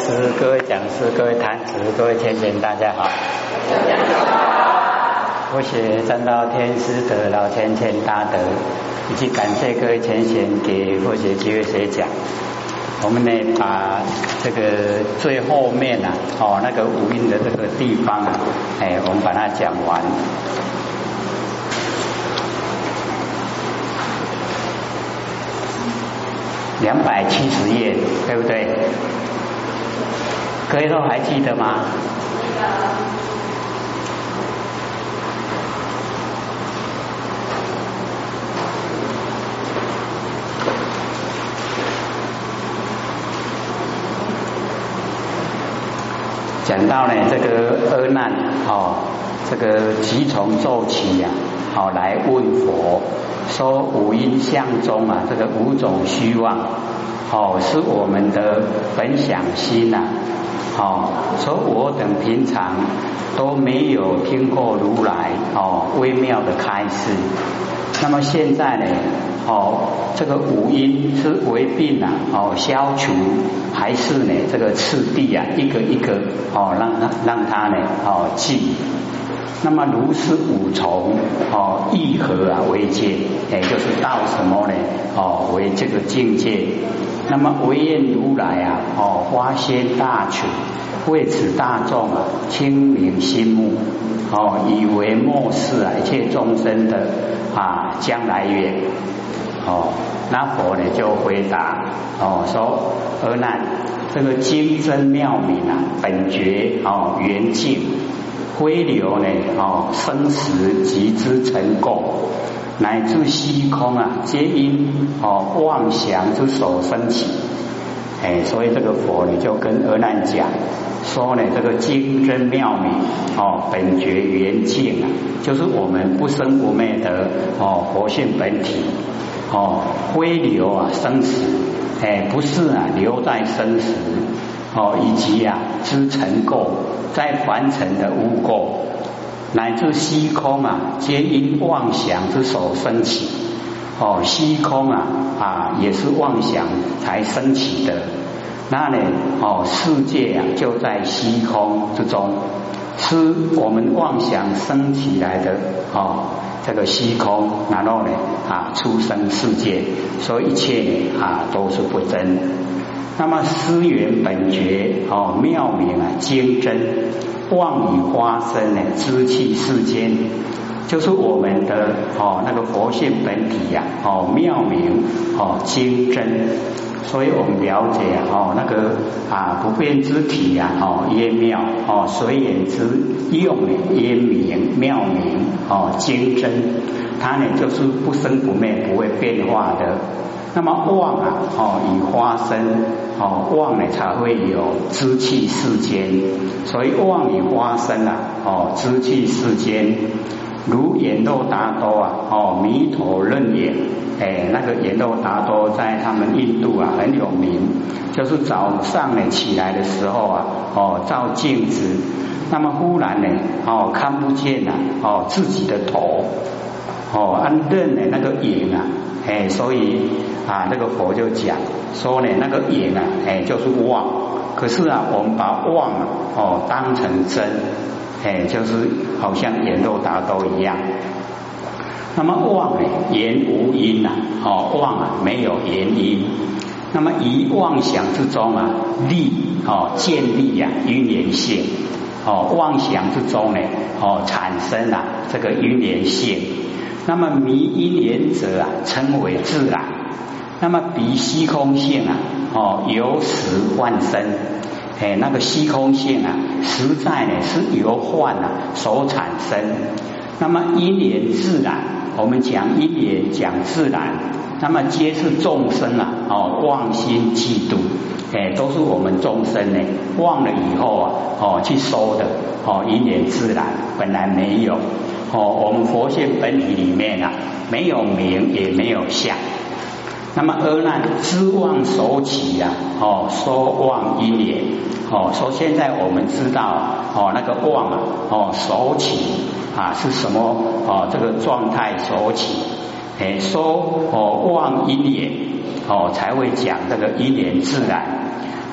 师、各位讲师、各位坛子、各位千贤，大家好。我写占道天师的老千千大德，以及感谢各位千贤给佛学机会学讲。我们呢，把这个最后面啊，那个五蕴的这个地方啊，我们把它讲完。270页，对不对？各位都还记得吗？讲到呢这个阿难这个即从骤起呀，来问佛。说五阴相中啊，这个五种虚妄，是我们的本想心呐，说我等平常都没有听过如来微妙的开示，那么现在呢，这个五阴是为病啊，消除，还是呢这个次第啊，一个一个让它呢尽。那么如是五重义合啊为界，就是到什么呢？为这个境界。那么唯愿如来啊，发心大取，为此大众啊清明心目，以为末世啊一切众生的将来缘。那佛呢就回答说阿难，这个经真妙明啊，本觉圆净。灰流呢，生死即之成垢，乃至虚空啊，皆因妄想之所生起。所以这个佛呢就跟阿难讲说呢，这个经真妙明本觉圆净啊，就是我们不生不灭的佛性本体。灰流啊，生死，不是啊留在生死。以及之尘垢，在凡尘的污垢，乃至虚空啊，皆因妄想之所生起。虚空也是妄想才生起的。那呢，世界就在虚空之中，是我们妄想生起来的这个虚空，然后呢出生世界，所以一切都是不真。那么思源本觉妙明经真，妄以花生知气世间，就是我们的那个佛性本体妙明经真。所以我们了解那个不变之体曰妙，随缘之用曰明，妙明经真，它呢就是不生不灭，不会变化的。那么妄以花生，妄呢才会有知气世间，所以妄以花生知气世间。如阎罗达多弥陀论言，那个阎罗达多在他们印度很有名，就是早上呢起来的时候照镜子，那么忽然呢看不见自己的头，认那个影所以那个佛就讲说呢，那个影就是妄，可是我们把妄当成真，就是好像阎罗达多一样。那么妄言无因妄没有原因。那么以妄想之中立建立因缘性，妄想之中呢产生这个因缘性。那么迷因缘者称为自然。那么彼虚空性由实幻生，那个虚空性实在呢是由幻所产生。那么因缘自然，我们讲因缘讲自然，那么皆是众生妄心嫉妒，都是我们众生呢忘了以后去收的因缘自然，本来没有。我们佛性本体里面没有名也没有相。那么阿难知妄所起说妄因缘，说现在我们知道那个妄所起是什么这个状态所起，说妄因缘才会讲这个因缘自然。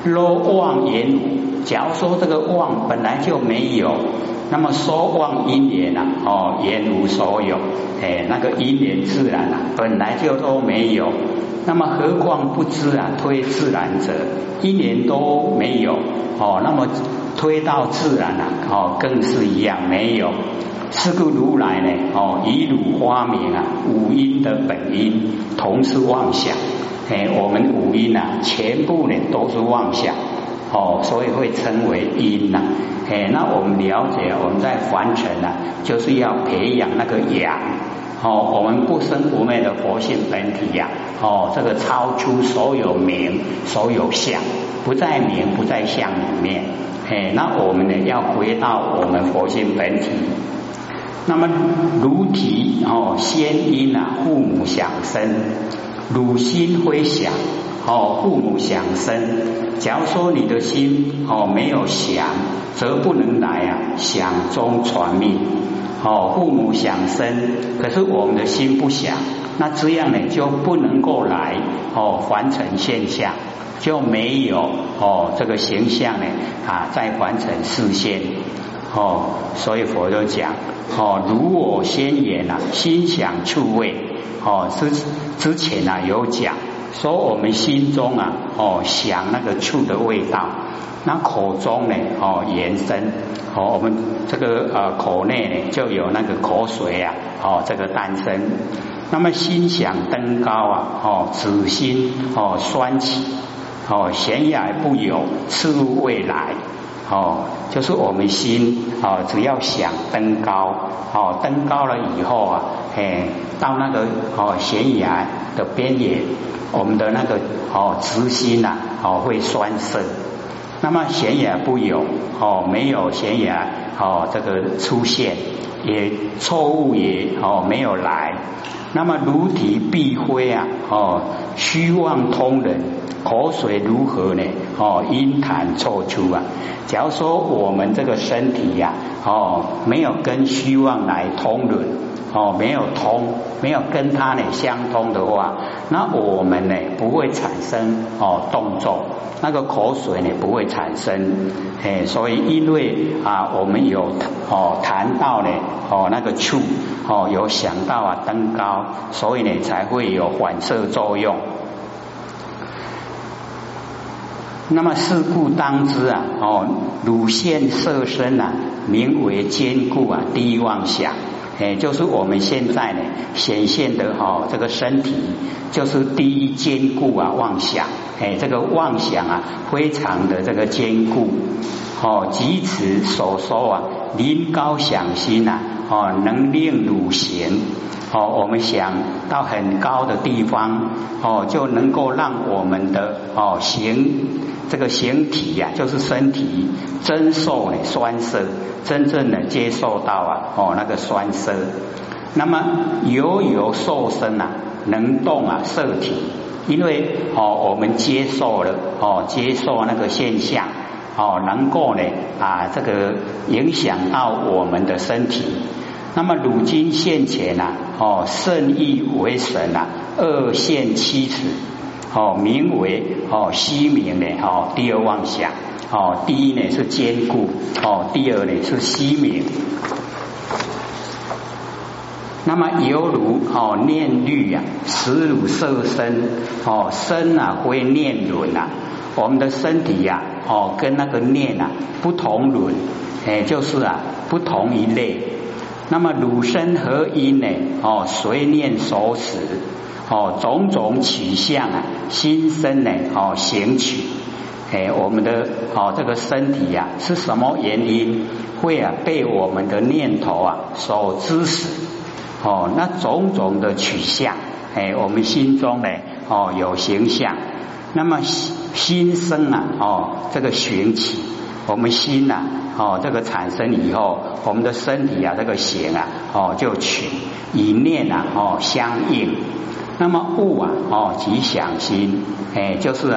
若妄言无，假如说这个妄本来就没有，那么说妄因缘啊，言无所有，那个因缘自然本来就都没有，那么何况不知推自然者，因缘都没有那么推到自然更是一样没有。是故如来呢以汝发明五阴的本因，同是妄想。我们五阴全部呢都是妄想所以会称为因那我们了解，我们在凡尘就是要培养那个养我们不生不灭的佛性本体这个超出所有名所有相，不在名不在相里面那我们呢要回到我们佛性本体。那么如体先因父母想生，汝心会想父母想生。假如说你的心没有想，则不能来想中传命父母想生，可是我们的心不想，那这样呢就不能够来凡尘现象，就没有这个形象呢在凡尘示现所以佛就讲如我先言心想处味之前有讲说我们心中想那个处的味道，那口中呢延伸我们这个口内呢就有那个口水这个诞生。那么心想登高子心酸起闲雅不有，次入未来就是我们心只要想登高登高了以后到那个悬崖的边缘，我们的那个直心会酸涩。那么悬崖不有没有悬崖这个出现，也错误也没有来。那么如体必灰虚妄通人，口水如何呢阴痰臭出假如说我们这个身体没有跟虚妄来通轮没有通，没有跟它呢相通的话，那我们呢不会产生动作，那个口水呢不会产生所以因为我们有谈到呢那个处有想到登高，所以呢才会有反射作用。那么是故当知汝现色身名为坚固第一妄想就是我们现在呢显现的这个身体，就是第一坚固妄想这个妄想非常的这个坚固即此所说临高想心能令汝行我们想到很高的地方就能够让我们的这个形体就是身体真受呢酸涩，真正的接受到那个酸涩。那么有受身能动色体，因为我们接受了接受那个现象能够呢这个影响到我们的身体。那么汝今现前圣意为神二现七尺名为虚名呢第二妄想第一呢是坚固第二呢是虚名。那么犹如念律使汝色身身会念轮我们的身体跟那个念不同轮就是不同一类。那么汝身何因呢随念所使种种取向心身呢行取我们的这个身体是什么原因会被我们的念头所指使那种种的取向我们心中呢有形象。那么心生这个寻起，我们心这个产生以后，我们的身体这个形就取以念相应。那么物即想心就是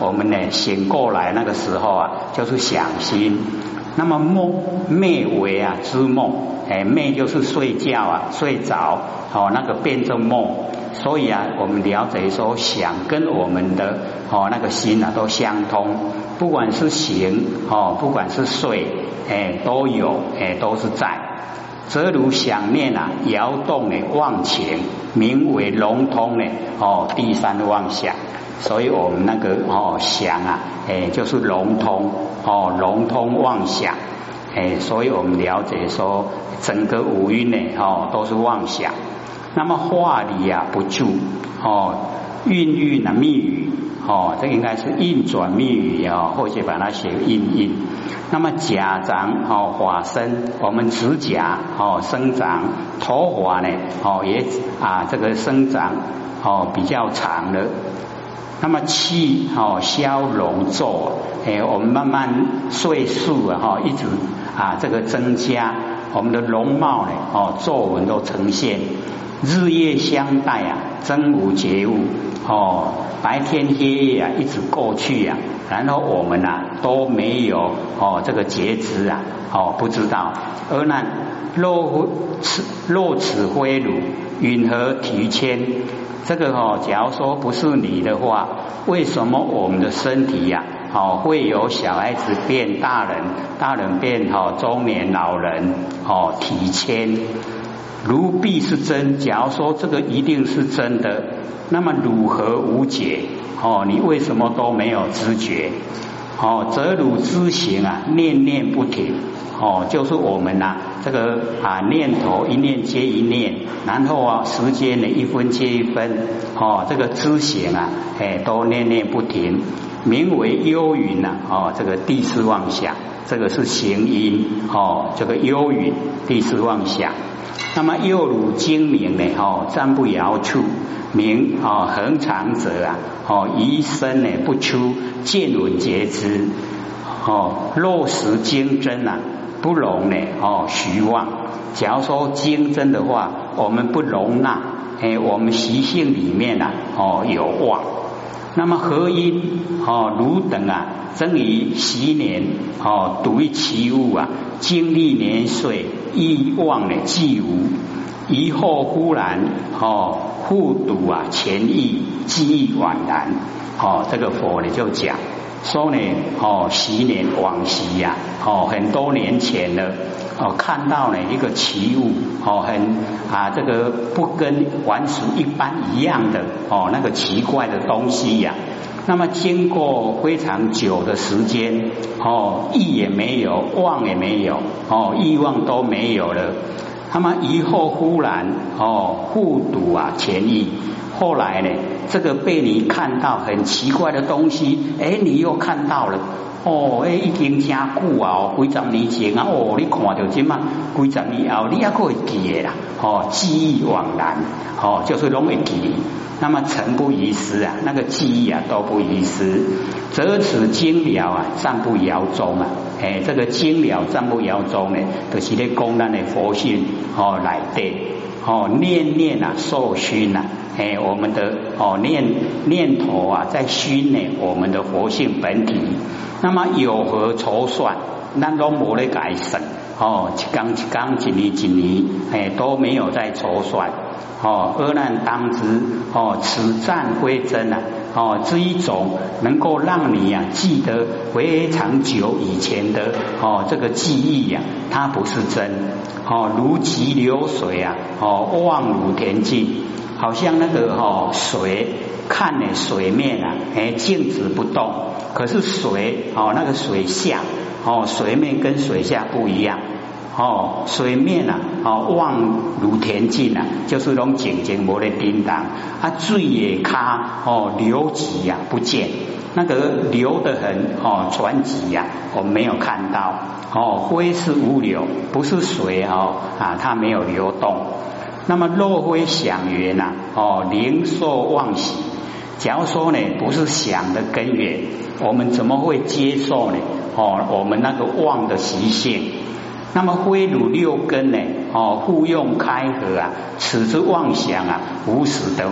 我们呢醒过来那个时候啊，就是想心。那么寐为啊之梦，寐就是睡觉啊，睡着那个变成梦。所以啊，我们了解说想跟我们的那个心啊都相通，不管是醒不管是睡，都有都是在。则如想念啊，摇动的妄情，名为笼通呢第三妄想。所以我们那个想啊，就是笼通笼通妄想。所以我们了解说整个五蕴呢都是妄想。那么话理啊不住韵韵啊密语这应该是运转密语或者把它写印。那么甲长发生，我们指甲生长，头发呢也这个生长比较长了。那么气消融皱，我们慢慢岁数啊一直这个增加，我们的容貌呢皱纹都呈现。日夜相待啊，真无觉悟白天黑夜啊一直过去啊，然后我们都没有这个觉知啊不知道。而那若此非汝，云何提牵？这个假如说不是你的话，为什么我们的身体呀会有小孩子变大人，大人变中年老人提牵？如必是真，假如说这个一定是真的，那么如何无解？你为什么都没有知觉？则汝知行啊，念念不停。就是我们这个念头一念接一念，然后时间呢一分接一分，这个知行啊，都念念不停，名为幽云这个第四妄想，这个是行因这个幽云第四妄想。那么又汝精明呢暂不遥处，名恒常者一生呢不出，见闻觉知若实经真不容呢虚妄。假如说经真的话，我们不容纳我们习性里面有妄。那么何因汝等增于昔年独于其物经历年岁，亦妄呢既无，以后忽然复睹前意，记忆宛然。这个佛呢就讲说呢昔年往昔很多年前了看到呢一个奇物很这个不跟凡俗一般一样的那个奇怪的东西那么经过非常久的时间意也没有，妄也没有意妄都没有了。那么以后忽然复睹前意，后来呢这个被你看到很奇怪的东西，你又看到了已经真久几十年前你看到这嘛几十年后你还可以记的啦记忆惘然就是拢会记。那么诚不遗失那个记忆都不遗失。则此经了暂不摇中这个经了暂不摇中呢，就是咧讲咱的佛性内底念念受熏我们的念头在熏呢我们的佛性本体。那么有何筹算？咱都没咧改算一天一天一年一年都没有在筹算阿难当知此暂非真这一种能够让你记得非常久以前的这个记忆它不是真如急流水望如田径，好像那个水看呢水面静止不动，可是水那个水下水面跟水下不一样水面望如田径就是拢静静没咧叮当水也卡流急不见，那个流得很传急我们没有看到非是无流，不是水它没有流动。那么若非想缘灵受妄喜，假如说呢不是想的根源，我们怎么会接受呢我们那个妄的习性？那么非汝六根呢互用开合此之妄想无始得昧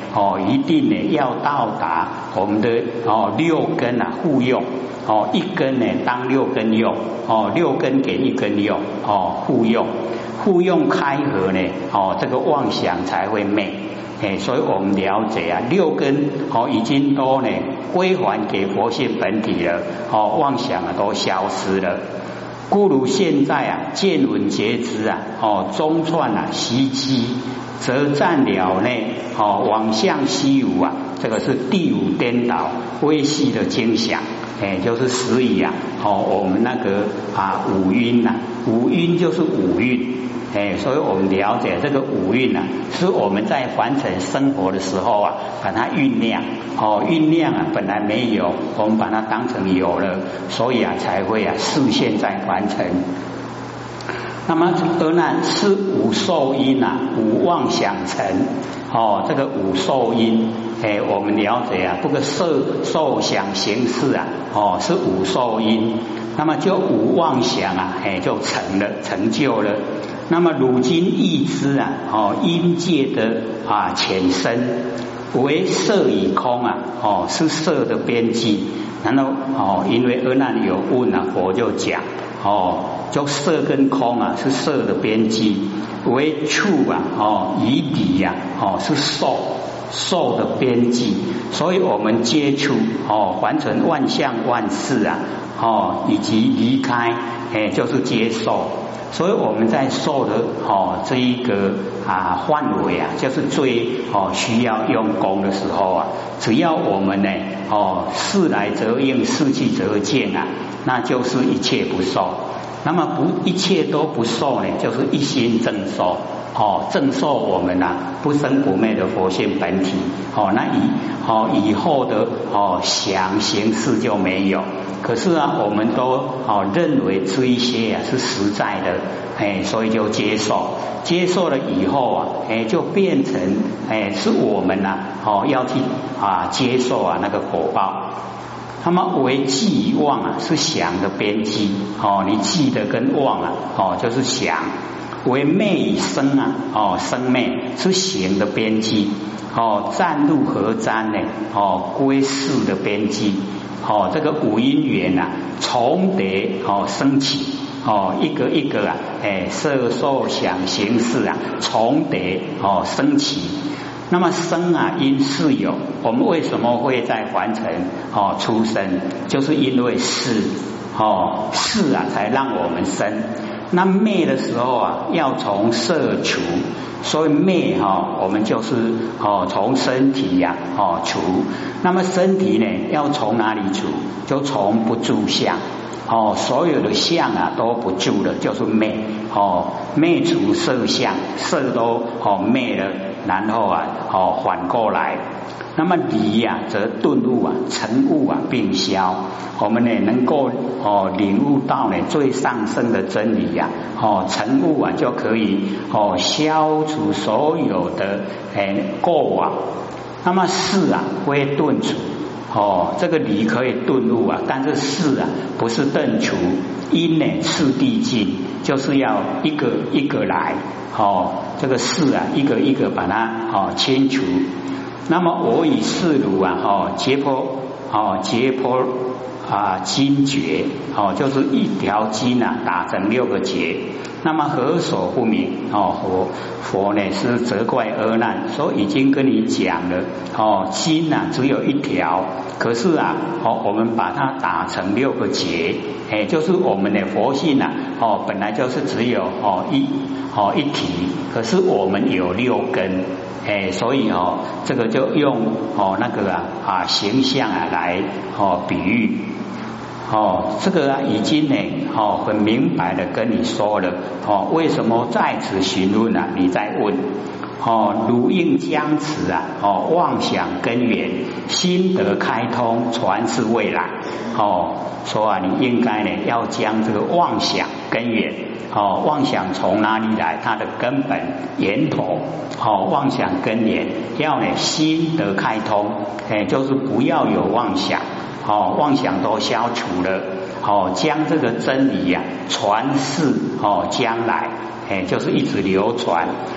一定呢要到达我们的六根啊互用一根呢当六根用六根给一根用互用开合呢这个妄想才会灭。所以我们了解啊，六根已经都呢归还给佛性本体了妄想啊都消失了。故如现在啊见闻觉知啊中串啊习机，则占了呢往向西无啊，这个是第五颠倒微细的经想。就是实以啊我们那个五蕴呐，五蕴就是五蕴。所以我们了解这个五蕴啊，是我们在凡尘生活的时候啊，把它酝酿酝酿啊，本来没有，我们把它当成有了，所以啊才会啊示现在凡尘。那么而难是五受因啊，五妄想成这个五受因我们了解啊，这个受想行识啊是五受因，那么就五妄想啊就成就了。那么如今亦知啊因界的浅深为色与空啊是色的边际。然后因为阿难有问啊，佛就讲就色跟空啊是色的边际，为处啊以理啊是受的边际。所以我们接触凡尘万象万事啊以及离开就是接受。所以我们在受的这一个范围啊，就是最需要用功的时候啊，只要我们呢事来则应，事去则见啊，那就是一切不受。那么一切都不受呢，就是一心正受正受我们不生不灭的佛性本体那以后的想行识就没有。可是我们都认为这一些是实在的所以就接受了以后就变成是我们要去接受那个果报。那么为记与忘是想的边际你记得跟忘就是想。为昧与生生昧是行的边际占入合占呢归事的边际这个五因缘重叠升起一个一个色受想行识重叠升起。那么生因是有，我们为什么会在凡尘出生，就是因为是才让我们生。那灭的时候要从色除，所以灭我们就是从身体除。那么身体呢要从哪里除？就从不住相所有的相都不住了，就是灭灭除色相，色都灭了，然后反过来。那么离则顿悟成悟并消。我们呢能够领悟到呢最上升的真理成悟就可以消除所有的过往。那么事会顿除这个离可以顿悟但是事不是顿除。因呢次第进，就是要一个一个来这个事一个一个把它清除。那么我以是如解剖筋诀就是一条筋打成6个结。那么何所不明佛呢是责怪阿难说已经跟你讲了筋只有一条，可是我们把它打成6个结就是我们的佛性本来就是只有一体，可是我们有6根所以这个就用那个形象来比喻这个已经呢很明白的跟你说了为什么在此询问你再问如应将此妄想根源心得开通传世未来说你应该呢要将这个妄想根源妄想从哪里来，它的根本源头妄想根源要呢心得开通就是不要有妄想妄想都消除了将这个真理传世将来就是一直流传。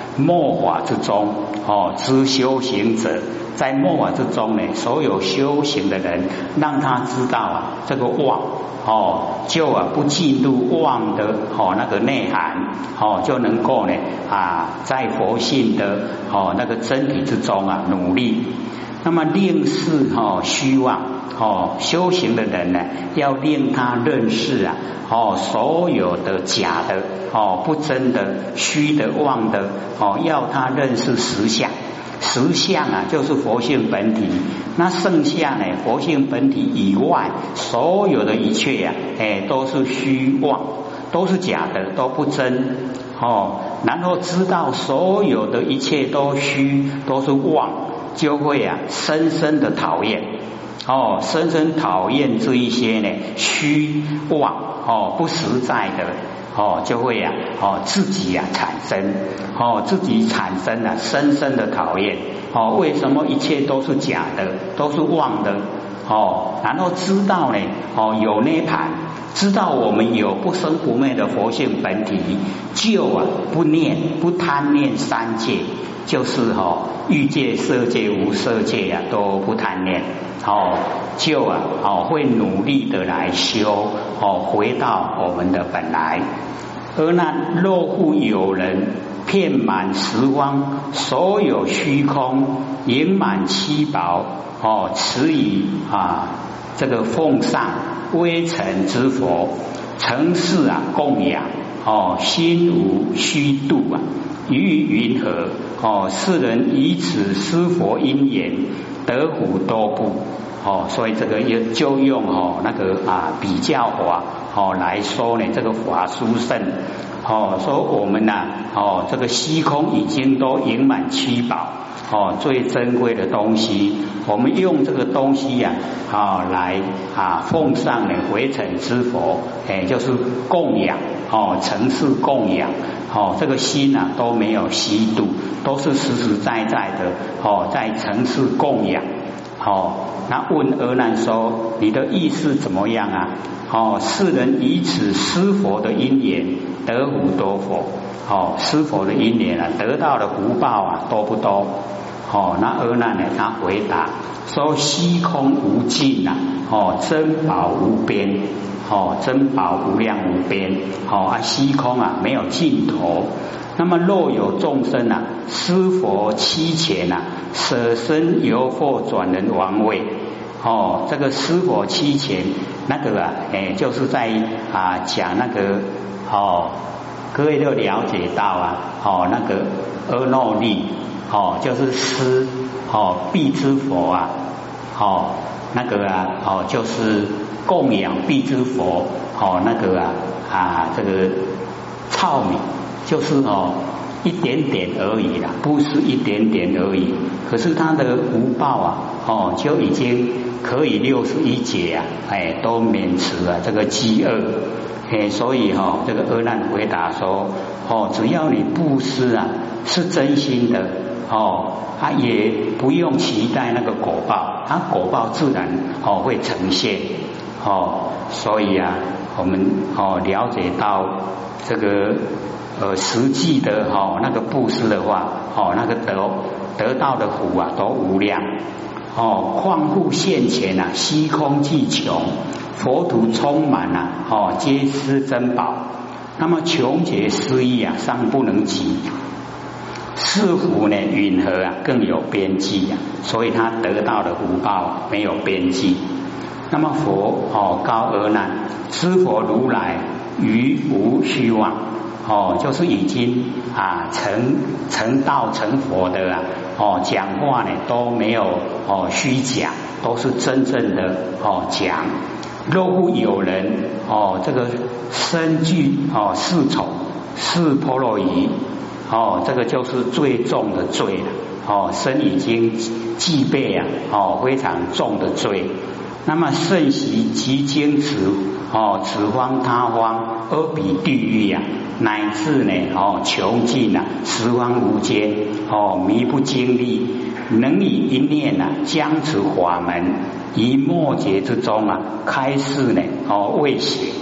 末法之中之修行者，在末法之中呢，所有修行的人，让他知道这个妄就不进入妄的那个内涵就能够呢在佛性的那个真理之中努力。那么令是虚妄修行的人呢，要令他认识所有的假的不真的虚的妄的要他认识实相。实相就是佛性本体，那剩下呢佛性本体以外所有的一切都是虚妄，都是假的，都不真然后知道所有的一切都虚，都是妄，就会深深的讨厌深深讨厌这一些呢虚妄不实在的就会自己产生自己产生深深的讨厌为什么一切都是假的，都是妄的然后知道呢有涅槃，知道我们有不生不灭的佛性本体，就不念不贪念三界，就是欲界色界无色界都不贪念就会努力的来修回到我们的本来。而那若复有人遍满十方所有虚空，盈满七宝持以这个奉上微尘之佛，承事供养心无虚度于云何世人以此施佛因缘，得福多不所以这个也就用那个比较法来说呢，这个法殊胜说我们这个虚空已经都盈满七宝最珍贵的东西，我们用这个东西来奉上呢微尘之佛就是供养承事供养这个心都没有虚度，都是实实在在的在承事供养那问阿难说，你的意思怎么样世人以此施佛的因缘，得福多否施佛的因缘得到的福报多不多那阿难呢，他回答说，虚空无尽珍宝无边珍宝无量无边虚空没有尽头。那么若有众生施佛期前舍身犹或转人王位这个施佛期前那个就是在讲那个各位都了解到那个阿耨利就是施必之佛那个就是供养必之佛那个这个糙米就是一点点而已啦，不是一点点而已，可是他的福报就已经可以61劫都免除了这个饥饿所以这个阿难回答说只要你布施是真心的他也不用期待那个果报，他果报自然会呈现所以我们了解到这个实际的那个布施的话那个得到的福都无量况复现前虚空既穷，佛土充满皆施珍宝，那么穷劫失意尚不能及，是福呢云何更有边际所以他得到的福报没有边际。那么佛告阿难，知佛如来于无虚妄就是已经成道成佛的讲话呢都没有虚假，都是真正的讲。若复有人这个身具四重四波罗夷这个就是最重的罪了身已经具备非常重的罪。那么甚习极经此方他方阿鼻地狱乃至呢穷尽十方无间弥不经历，能以一念将此法门于末劫之中开示呢未显。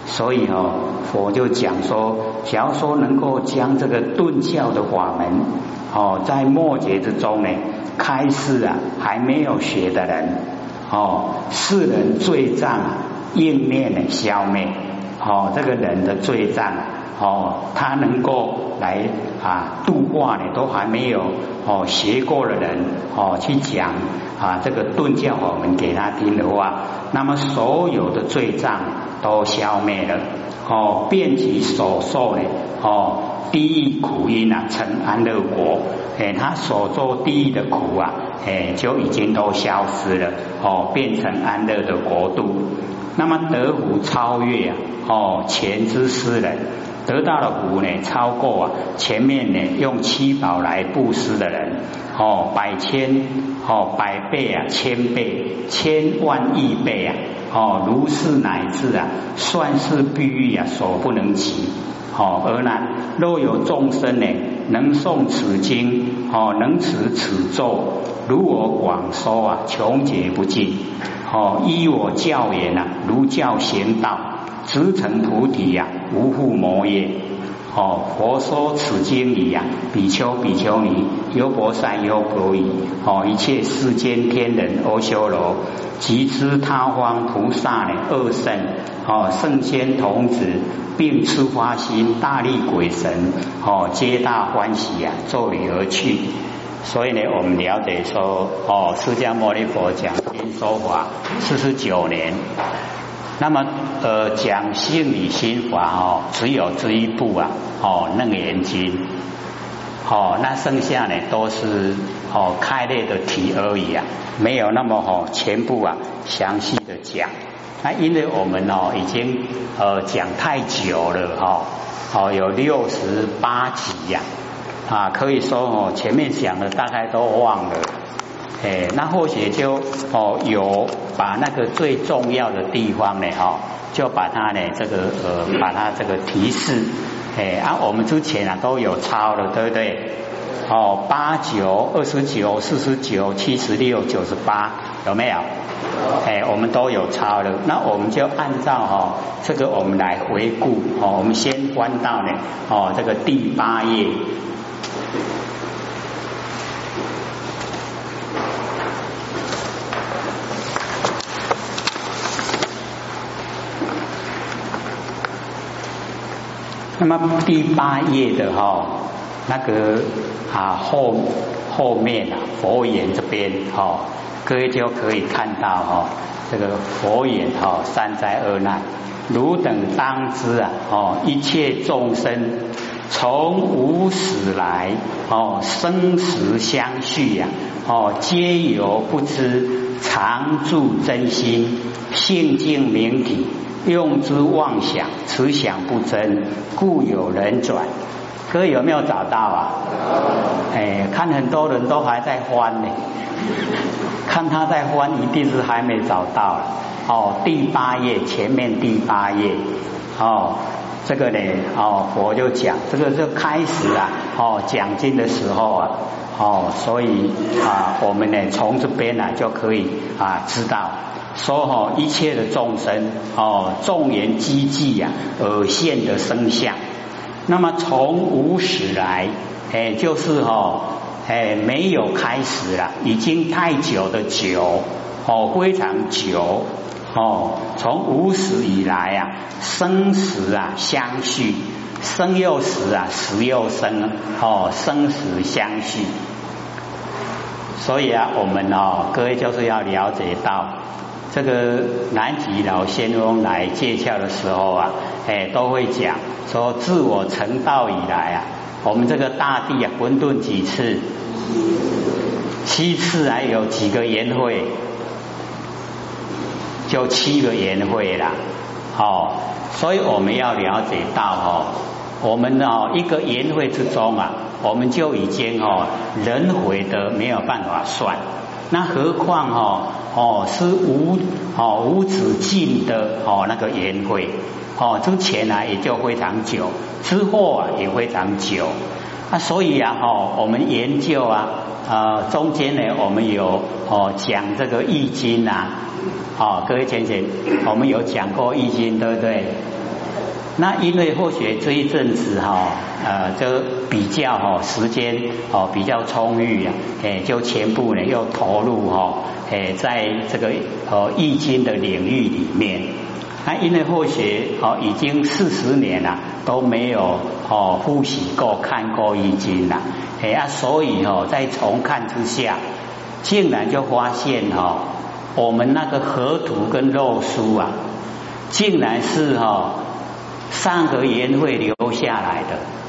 所以佛就讲说，假如说能够将这个顿教的法门在末劫之中呢开示啊，还没有学的人世人罪障应念的消灭这个人的罪障他能够来度化呢，都还没有学过的人去讲这个顿教法门给他听的话，那么所有的罪障都消灭了遍其所受呢地狱苦因成安乐国，他所做地狱的苦就已经都消失了变成安乐的国度。那么得福超越前之师人，得到了福呢超过前面呢用七宝来布施的人百千百倍千倍千万亿倍如是乃至算是比喻所不能及而难。若有众生呢能诵此经能持此咒，如我广说穷劫不尽依我教言如教行道，直成菩提无复魔业。佛说此经里比丘比丘尼优婆塞优婆夷一切世间天人阿修罗及之他方菩萨呢二圣圣仙童子，并持发心大力鬼神皆大欢喜奏礼而去。所以呢，我们了解说释迦牟尼佛讲经说法49年，那么讲性理心法只有这一部楞严经那剩下呢都是开列的题而已没有那么全部详细的讲。那因为我们已经讲太久了有68集可以说前面讲的大概都忘了那或许就有把那个最重要的地方呢就把它呢把它这个提示我们之前都有抄了，对不对？8、9、29、49、76、98有没有？我们都有抄了。那我们就按照这个我们来回顾我们先翻到呢这个第8页。那么第8页的那个后面佛言这边各位就可以看到这个佛言三灾二难，汝等当知一切众生从无始来生死相续皆由不知常住真心，性净明体，用之妄想，此想不真，故有人转。各位有没有找到看很多人都还在翻呢，看他在翻，一定是还没找到第8页前面第8页这个呢佛就讲这个就开始讲经的时候所以我们呢从这边就可以知道说一切的众生众缘积聚而现的生相。那么从无始来就是没有开始了，已经太久的久非常久从无始以来生死相续，生又死死又生生死相续。所以我们各位就是要了解到这个南极老仙翁来接窍的时候都会讲说，自我成道以来我们这个大地混沌几次？7次，还有几个缘会？就7个缘会啦所以我们要了解到我们一个缘会之中我们就已经轮回的没有办法算，那何况是无止境的那个缘会之前也就非常久，之后也非常久所以我们研究中间呢我们有讲这个易经各位先生，我们有讲过易经，对不对？那因为或许这一阵子就比较时间比较充裕啊，就全部呢又投入在这个易经的领域里面。那因为或许已经40年了都没有复习过看过易经了，所以在重看之下，竟然就发现我们那个河图跟肉书啊，竟然是上合研会留下来的。